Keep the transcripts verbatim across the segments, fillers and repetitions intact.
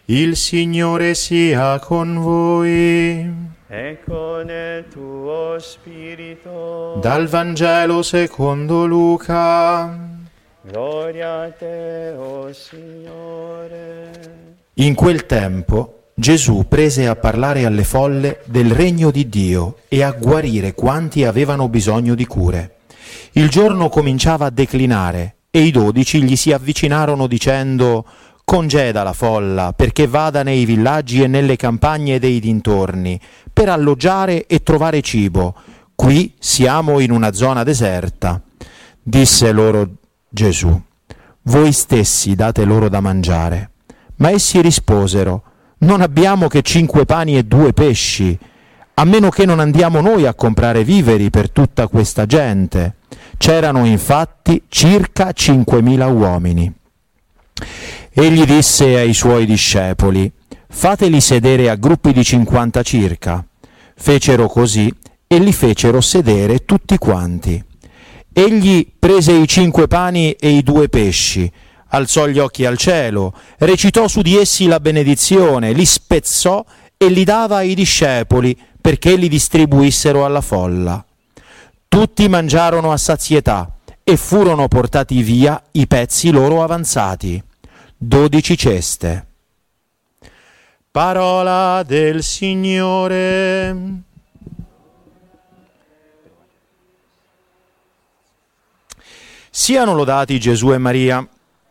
Il Signore sia con voi. E con il tuo spirito. Dal Vangelo secondo Luca. Gloria a te, o Signore. In quel tempo Gesù prese a parlare alle folle del regno di Dio e a guarire quanti avevano bisogno di cure. Il giorno cominciava a declinare e i dodici gli si avvicinarono dicendo: «Congeda la folla perché vada nei villaggi e nelle campagne dei dintorni per alloggiare e trovare cibo. Qui siamo in una zona deserta». Disse loro Gesù: «Voi stessi date loro da mangiare». Ma essi risposero: «Non abbiamo che cinque pani e due pesci, a meno che non andiamo noi a comprare viveri per tutta questa gente». C'erano infatti circa cinquemila uomini. Egli disse ai suoi discepoli: «Fateli sedere a gruppi di cinquanta circa». Fecero così e li fecero sedere tutti quanti. Egli prese i cinque pani e i due pesci, alzò gli occhi al cielo, recitò su di essi la benedizione, li spezzò e li dava ai discepoli perché li distribuissero alla folla. Tutti mangiarono a sazietà e furono portati via i pezzi loro avanzati, dodici ceste. Parola del Signore. Siano lodati Gesù e Maria.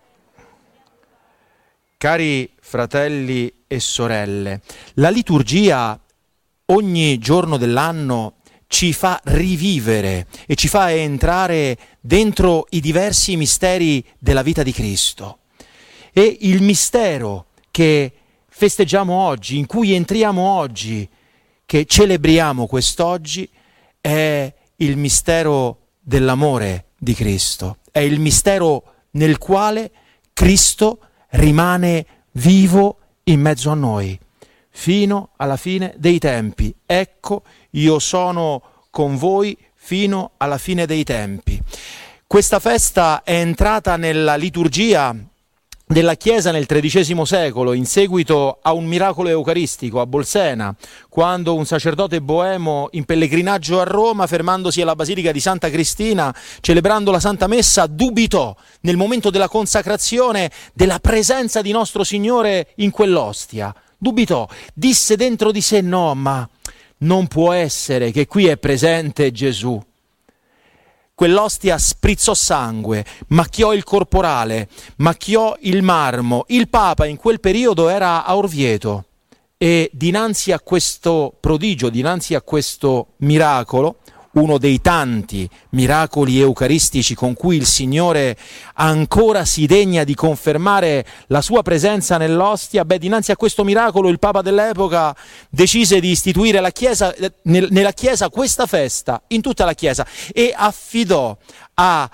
Cari fratelli e sorelle, la liturgia ogni giorno dell'anno ci fa rivivere e ci fa entrare dentro i diversi misteri della vita di Cristo. E il mistero che festeggiamo oggi, in cui entriamo oggi, che celebriamo quest'oggi, è il mistero dell'amore di Cristo. È il mistero nel quale Cristo rimane vivo in mezzo a noi, fino alla fine dei tempi. Ecco, io sono con voi fino alla fine dei tempi. Questa festa è entrata nella liturgia della Chiesa nel tredicesimo secolo, in seguito a un miracolo eucaristico a Bolsena, quando un sacerdote boemo in pellegrinaggio a Roma, fermandosi alla Basilica di Santa Cristina, celebrando la Santa Messa, dubitò nel momento della consacrazione della presenza di nostro Signore in quell'ostia. Dubitò, disse dentro di sé: no, ma non può essere che qui è presente Gesù. Quell'ostia sprizzò sangue, macchiò il corporale, macchiò il marmo. Il Papa in quel periodo era a Orvieto e dinanzi a questo prodigio, dinanzi a questo miracolo, uno dei tanti miracoli eucaristici con cui il Signore ancora si degna di confermare la sua presenza nell'ostia, beh, dinanzi a questo miracolo il Papa dell'epoca decise di istituire la Chiesa, nel, nella Chiesa questa festa, in tutta la Chiesa, e affidò a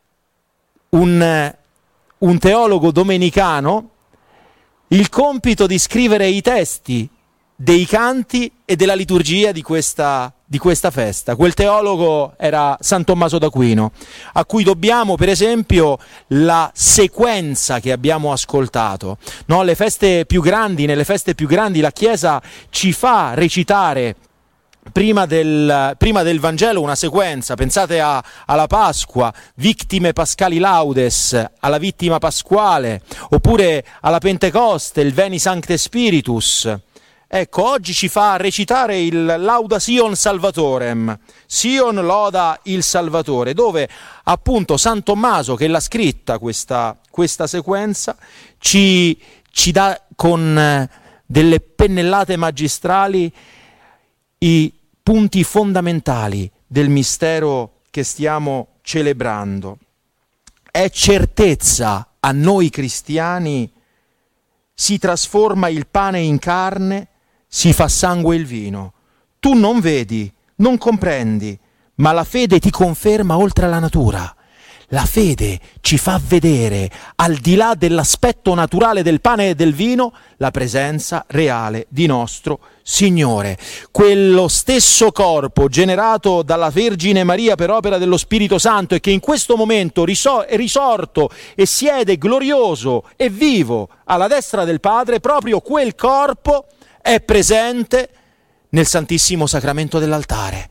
un, un teologo domenicano il compito di scrivere i testi dei canti e della liturgia di questa, di questa festa. Quel teologo era San Tommaso d'Aquino, a cui dobbiamo per esempio la sequenza che abbiamo ascoltato. No, le feste più grandi, nelle feste più grandi la Chiesa ci fa recitare Prima del, prima del Vangelo una sequenza. Pensate a, alla Pasqua, Victime Pascali Laudes, alla vittima pasquale, oppure alla Pentecoste, il Veni Sancte Spiritus. Ecco, oggi ci fa recitare il Lauda Sion Salvatorem, Sion loda il Salvatore, dove appunto San Tommaso, che l'ha scritta questa, questa sequenza, ci, ci dà con delle pennellate magistrali i punti fondamentali del mistero che stiamo celebrando. È certezza a noi cristiani, si trasforma il pane in carne, si fa sangue il vino. Tu non vedi, non comprendi, ma la fede ti conferma oltre la natura. La fede ci fa vedere, al di là dell'aspetto naturale del pane e del vino, la presenza reale di nostro Signore. Quello stesso corpo generato dalla Vergine Maria per opera dello Spirito Santo e che in questo momento è risorto e siede glorioso e vivo alla destra del Padre, proprio quel corpo è presente nel Santissimo Sacramento dell'altare.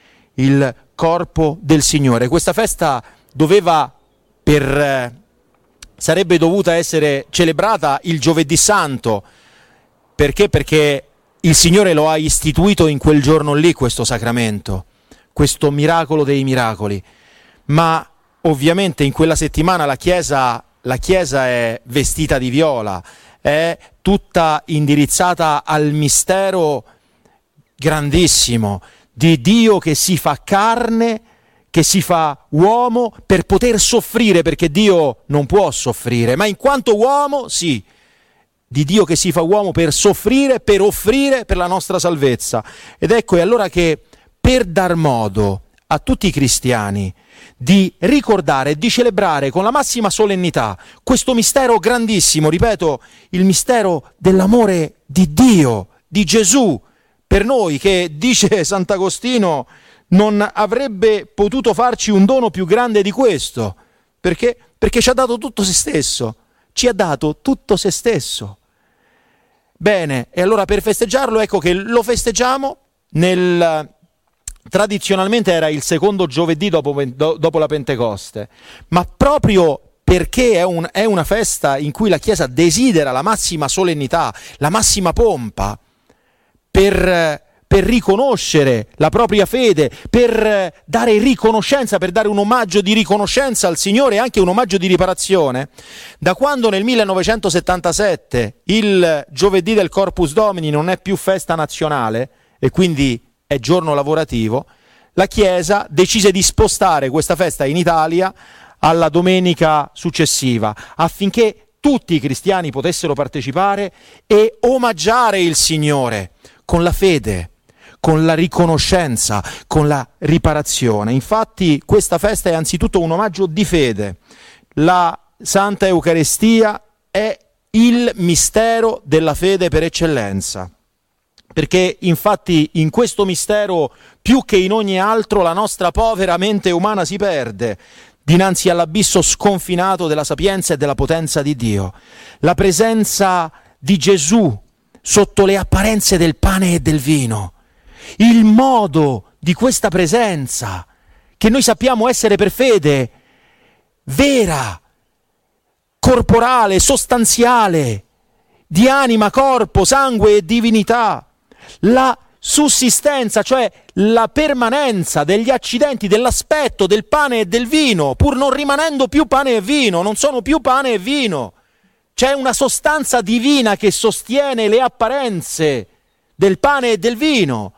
Il corpo del Signore. Questa festa doveva per eh, sarebbe dovuta essere celebrata il Giovedì Santo. Perché? Perché il Signore lo ha istituito in quel giorno lì, questo sacramento, questo miracolo dei miracoli. Ma ovviamente in quella settimana la Chiesa, la Chiesa è vestita di viola, è tutta indirizzata al mistero grandissimo di Dio che si fa carne, che si fa uomo per poter soffrire, perché Dio non può soffrire, ma in quanto uomo, sì, di Dio che si fa uomo per soffrire, per offrire per la nostra salvezza. Ed ecco, è allora che per dar modo a tutti i cristiani di ricordare e di celebrare con la massima solennità questo mistero grandissimo, ripeto, il mistero dell'amore di Dio, di Gesù, per noi, che, dice Sant'Agostino, non avrebbe potuto farci un dono più grande di questo. Perché? Perché ci ha dato tutto se stesso. Ci ha dato tutto se stesso. Bene, e allora per festeggiarlo, ecco che lo festeggiamo nel... Tradizionalmente era il secondo giovedì dopo, dopo la Pentecoste, ma proprio perché è, un, è una festa in cui la Chiesa desidera la massima solennità, la massima pompa, Per, per riconoscere la propria fede, per dare riconoscenza, per dare un omaggio di riconoscenza al Signore e anche un omaggio di riparazione, da quando nel millenovecentosettantasette il giovedì del Corpus Domini non è più festa nazionale e quindi è giorno lavorativo, la Chiesa decise di spostare questa festa in Italia alla domenica successiva, affinché tutti i cristiani potessero partecipare e omaggiare il Signore con la fede, con la riconoscenza, con la riparazione. Infatti questa festa è anzitutto un omaggio di fede. La Santa Eucaristia è il mistero della fede per eccellenza, perché infatti in questo mistero, più che in ogni altro, la nostra povera mente umana si perde dinanzi all'abisso sconfinato della sapienza e della potenza di Dio. La presenza di Gesù sotto le apparenze del pane e del vino, il modo di questa presenza, che noi sappiamo essere per fede vera, corporale, sostanziale, di anima, corpo, sangue e divinità, la sussistenza, cioè la permanenza degli accidenti, dell'aspetto del pane e del vino, pur non rimanendo più pane e vino, non sono più pane e vino. C'è una sostanza divina che sostiene le apparenze del pane e del vino.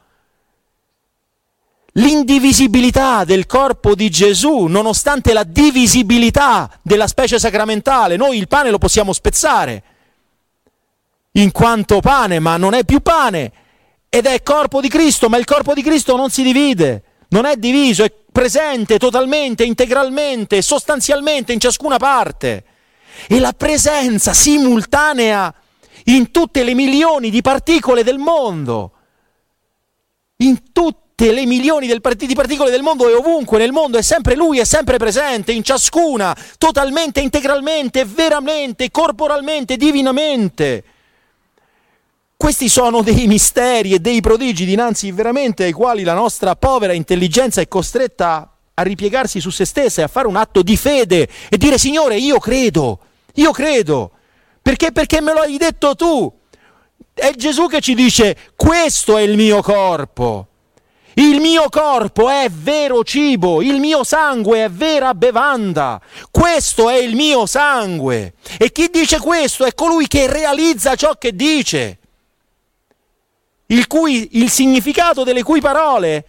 L'indivisibilità del corpo di Gesù, nonostante la divisibilità della specie sacramentale. Noi il pane lo possiamo spezzare in quanto pane, ma non è più pane, ed è corpo di Cristo, ma il corpo di Cristo non si divide, non è diviso, è presente totalmente, integralmente, sostanzialmente in ciascuna parte. E la presenza simultanea in tutte le milioni di particole del mondo, in tutte le milioni del part- di particole del mondo, e ovunque nel mondo è sempre Lui, è sempre presente, in ciascuna, totalmente, integralmente, veramente, corporalmente, divinamente. Questi sono dei misteri e dei prodigi dinanzi veramente ai quali la nostra povera intelligenza è costretta a ripiegarsi su se stessa e a fare un atto di fede e dire: Signore, io credo, io credo, perché? Perché me lo hai detto tu. È Gesù che ci dice: questo è il mio corpo, il mio corpo è vero cibo, il mio sangue è vera bevanda, questo è il mio sangue. E chi dice questo è colui che realizza ciò che dice, il cui il significato delle cui parole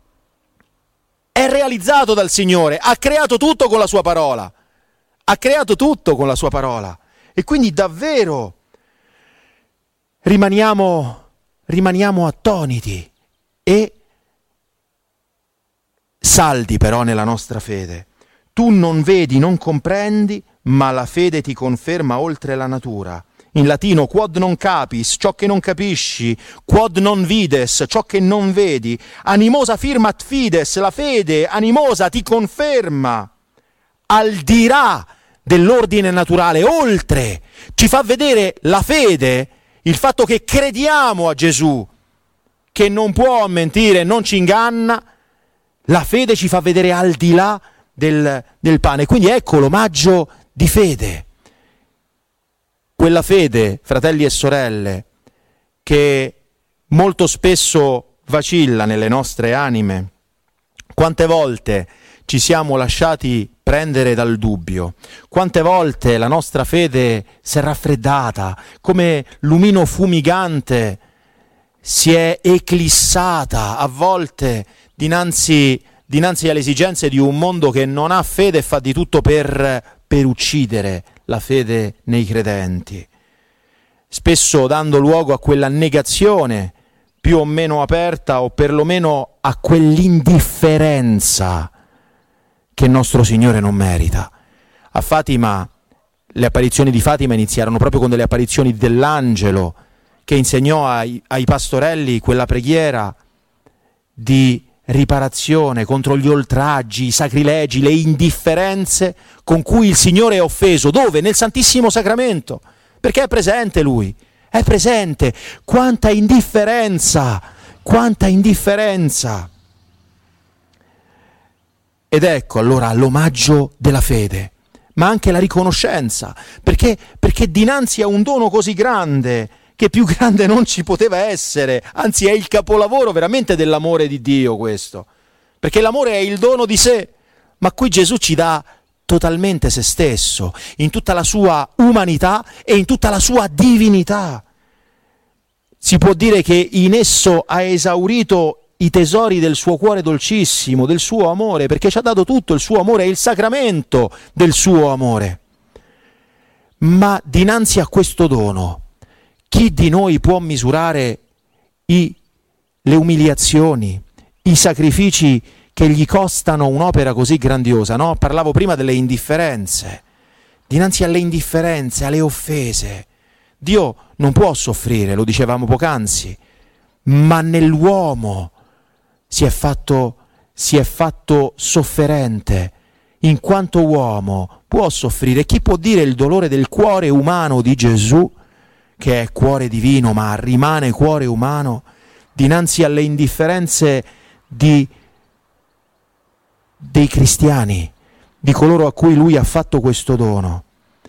è realizzato dal Signore, ha creato tutto con la sua parola, ha creato tutto con la sua parola. E quindi davvero rimaniamo, rimaniamo attoniti e saldi però nella nostra fede. Tu non vedi, non comprendi, ma la fede ti conferma oltre la natura. In latino, quod non capis, ciò che non capisci, quod non vides, ciò che non vedi, animosa firmat fides, la fede animosa ti conferma, al di là dell'ordine naturale, oltre, ci fa vedere la fede, il fatto che crediamo a Gesù, che non può mentire, non ci inganna, la fede ci fa vedere al di là del, del pane. Quindi ecco l'omaggio di fede. Quella fede, fratelli e sorelle, che molto spesso vacilla nelle nostre anime. Quante volte ci siamo lasciati prendere dal dubbio, quante volte la nostra fede si è raffreddata, come lumino fumigante si è eclissata a volte dinanzi, dinanzi alle esigenze di un mondo che non ha fede e fa di tutto per, per uccidere la fede nei credenti, spesso dando luogo a quella negazione più o meno aperta o perlomeno a quell'indifferenza che il nostro Signore non merita. A Fatima, le apparizioni di Fatima iniziarono proprio con delle apparizioni dell'angelo che insegnò ai, ai pastorelli quella preghiera di riparazione contro gli oltraggi, i sacrilegi, le indifferenze con cui il Signore è offeso. Dove? Nel Santissimo Sacramento, perché è presente Lui, è presente. Quanta indifferenza, quanta indifferenza. Ed ecco allora l'omaggio della fede, ma anche la riconoscenza, perché, perché dinanzi a un dono così grande, che più grande non ci poteva essere, anzi è il capolavoro veramente dell'amore di Dio questo, perché l'amore è il dono di sé, ma qui Gesù ci dà totalmente se stesso, in tutta la sua umanità e in tutta la sua divinità. Si può dire che in esso ha esaurito i tesori del suo cuore dolcissimo, del suo amore, perché ci ha dato tutto il suo amore, è il sacramento del suo amore. Ma dinanzi a questo dono, chi di noi può misurare i, le umiliazioni, i sacrifici che gli costano un'opera così grandiosa? No? Parlavo prima delle indifferenze. Dinanzi alle indifferenze, alle offese, Dio non può soffrire, lo dicevamo poc'anzi, ma nell'uomo si è fatto, si è fatto sofferente. In quanto uomo può soffrire. Chi può dire il dolore del cuore umano di Gesù, che è cuore divino ma rimane cuore umano, dinanzi alle indifferenze di, dei cristiani, di coloro a cui Lui ha fatto questo dono?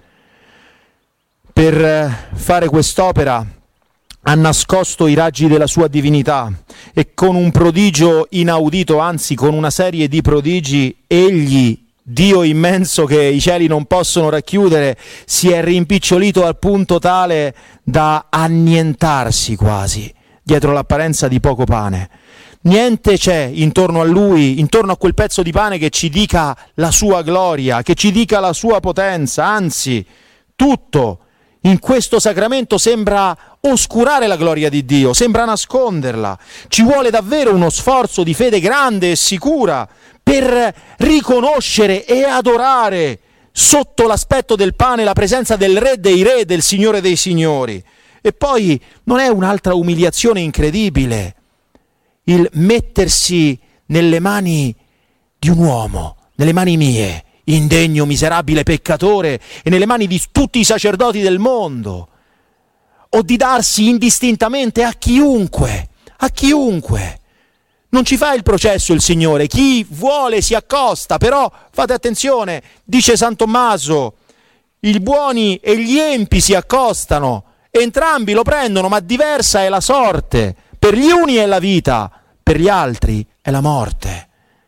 Per fare quest'opera ha nascosto i raggi della sua divinità e con un prodigio inaudito, anzi con una serie di prodigi, egli, Dio immenso che i cieli non possono racchiudere, si è rimpicciolito al punto tale da annientarsi quasi dietro l'apparenza di poco pane. Niente c'è intorno a Lui, intorno a quel pezzo di pane che ci dica la sua gloria, che ci dica la sua potenza, anzi tutto in questo sacramento sembra oscurare la gloria di Dio, sembra nasconderla. Ci vuole davvero uno sforzo di fede grande e sicura per riconoscere e adorare sotto l'aspetto del pane la presenza del Re dei Re, del Signore dei Signori. E poi non è un'altra umiliazione incredibile il mettersi nelle mani di un uomo, nelle mani mie, indegno, miserabile, peccatore, e nelle mani di tutti i sacerdoti del mondo, o di darsi indistintamente a chiunque, a chiunque. Non ci fa il processo il Signore, chi vuole si accosta, però fate attenzione, dice San Tommaso, i buoni e gli empi si accostano, entrambi lo prendono, ma diversa è la sorte, per gli uni è la vita, per gli altri è la morte.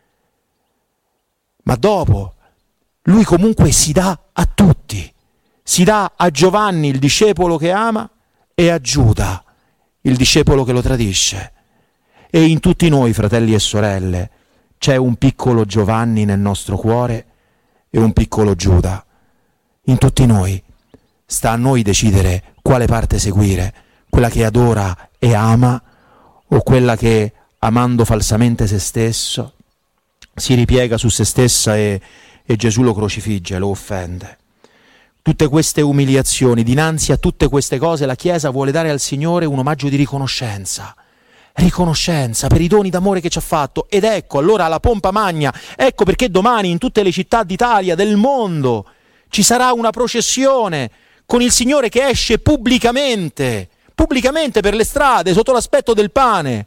Ma dopo, Lui comunque si dà a tutti, si dà a Giovanni, il discepolo che ama, e a Giuda, il discepolo che lo tradisce. E in tutti noi, fratelli e sorelle, c'è un piccolo Giovanni nel nostro cuore e un piccolo Giuda. In tutti noi. Sta a noi decidere quale parte seguire, quella che adora e ama o quella che, amando falsamente se stesso, si ripiega su se stessa e, e Gesù lo crocifigge, lo offende. Tutte queste umiliazioni, dinanzi a tutte queste cose la Chiesa vuole dare al Signore un omaggio di riconoscenza. Riconoscenza per i doni d'amore che ci ha fatto. Ed ecco allora la pompa magna, ecco perché domani in tutte le città d'Italia, del mondo, ci sarà una processione con il Signore che esce pubblicamente, pubblicamente per le strade, sotto l'aspetto del pane,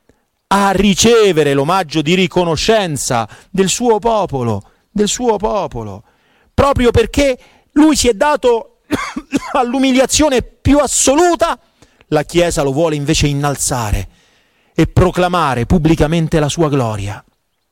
a ricevere l'omaggio di riconoscenza del suo popolo, del suo popolo, proprio perché Lui si è dato all'umiliazione più assoluta. La Chiesa lo vuole invece innalzare e proclamare pubblicamente la sua gloria.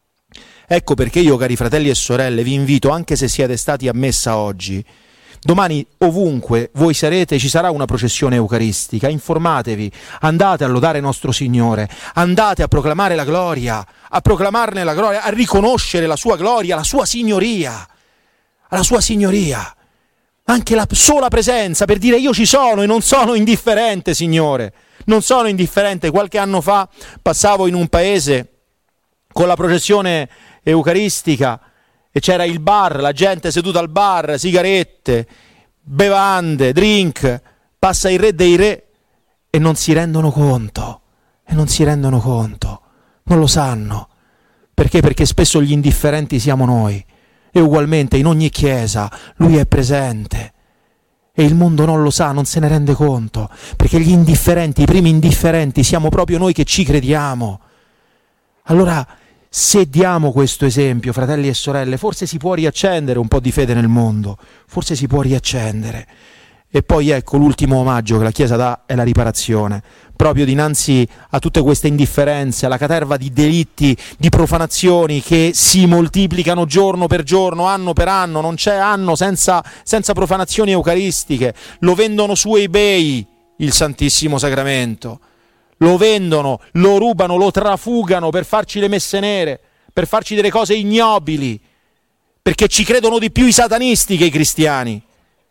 Ecco perché io, cari fratelli e sorelle, vi invito, anche se siete stati a messa oggi, domani ovunque voi sarete ci sarà una processione eucaristica, informatevi, andate a lodare nostro Signore, andate a proclamare la gloria, a proclamarne la gloria, a riconoscere la sua gloria, la sua signoria, la sua signoria. Anche la sola presenza per dire io ci sono e non sono indifferente, Signore, non sono indifferente. Qualche anno fa passavo in un paese con la processione eucaristica e c'era il bar, la gente seduta al bar, sigarette, bevande, drink, passa il Re dei Re e non si rendono conto, e non si rendono conto, non lo sanno. Perché? Perché spesso gli indifferenti siamo noi. E ugualmente in ogni chiesa Lui è presente e il mondo non lo sa, non se ne rende conto, perché gli indifferenti, i primi indifferenti siamo proprio noi che ci crediamo. Allora, se diamo questo esempio, fratelli e sorelle, forse si può riaccendere un po' di fede nel mondo, forse si può riaccendere. E poi ecco l'ultimo omaggio che la Chiesa dà è la riparazione, proprio dinanzi a tutte queste indifferenze, alla caterva di delitti, di profanazioni che si moltiplicano giorno per giorno, anno per anno, non c'è anno senza, senza profanazioni eucaristiche. Lo vendono su eBay il Santissimo Sacramento, lo vendono, lo rubano, lo trafugano per farci le messe nere, per farci delle cose ignobili, perché ci credono di più i satanisti che i cristiani.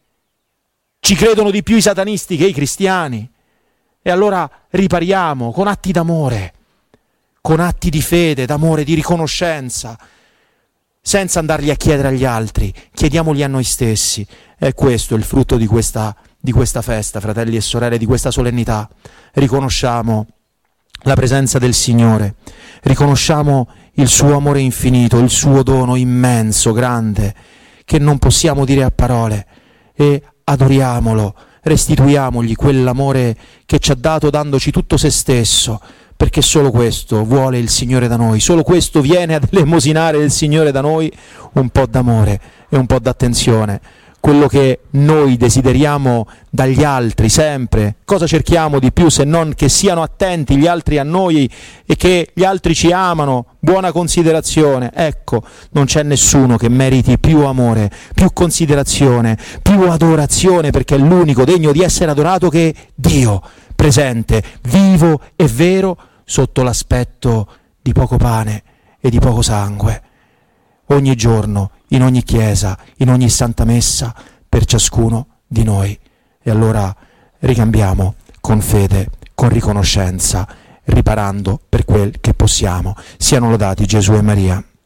Ci credono di più i satanisti che i cristiani. E allora ripariamo con atti d'amore, con atti di fede, d'amore, di riconoscenza, senza andarli a chiedere agli altri, chiediamoli a noi stessi. È questo il frutto di questa, di questa festa, fratelli e sorelle, di questa solennità. Riconosciamo la presenza del Signore, riconosciamo il suo amore infinito, il suo dono immenso, grande, che non possiamo dire a parole, e adoriamolo, restituiamogli quell'amore che ci ha dato dandoci tutto se stesso, perché solo questo vuole il Signore da noi, solo questo viene ad elemosinare il Signore da noi, un po' d'amore e un po' d'attenzione. Quello che noi desideriamo dagli altri sempre, cosa cerchiamo di più se non che siano attenti gli altri a noi e che gli altri ci amano, buona considerazione. Ecco, non c'è nessuno che meriti più amore, più considerazione, più adorazione, perché è l'unico degno di essere adorato che Dio, presente, vivo e vero, sotto l'aspetto di poco pane e di poco sangue. Ogni giorno, in ogni chiesa, in ogni santa messa, per ciascuno di noi. E allora ricambiamo con fede, con riconoscenza, riparando per quel che possiamo. Siano lodati Gesù e Maria.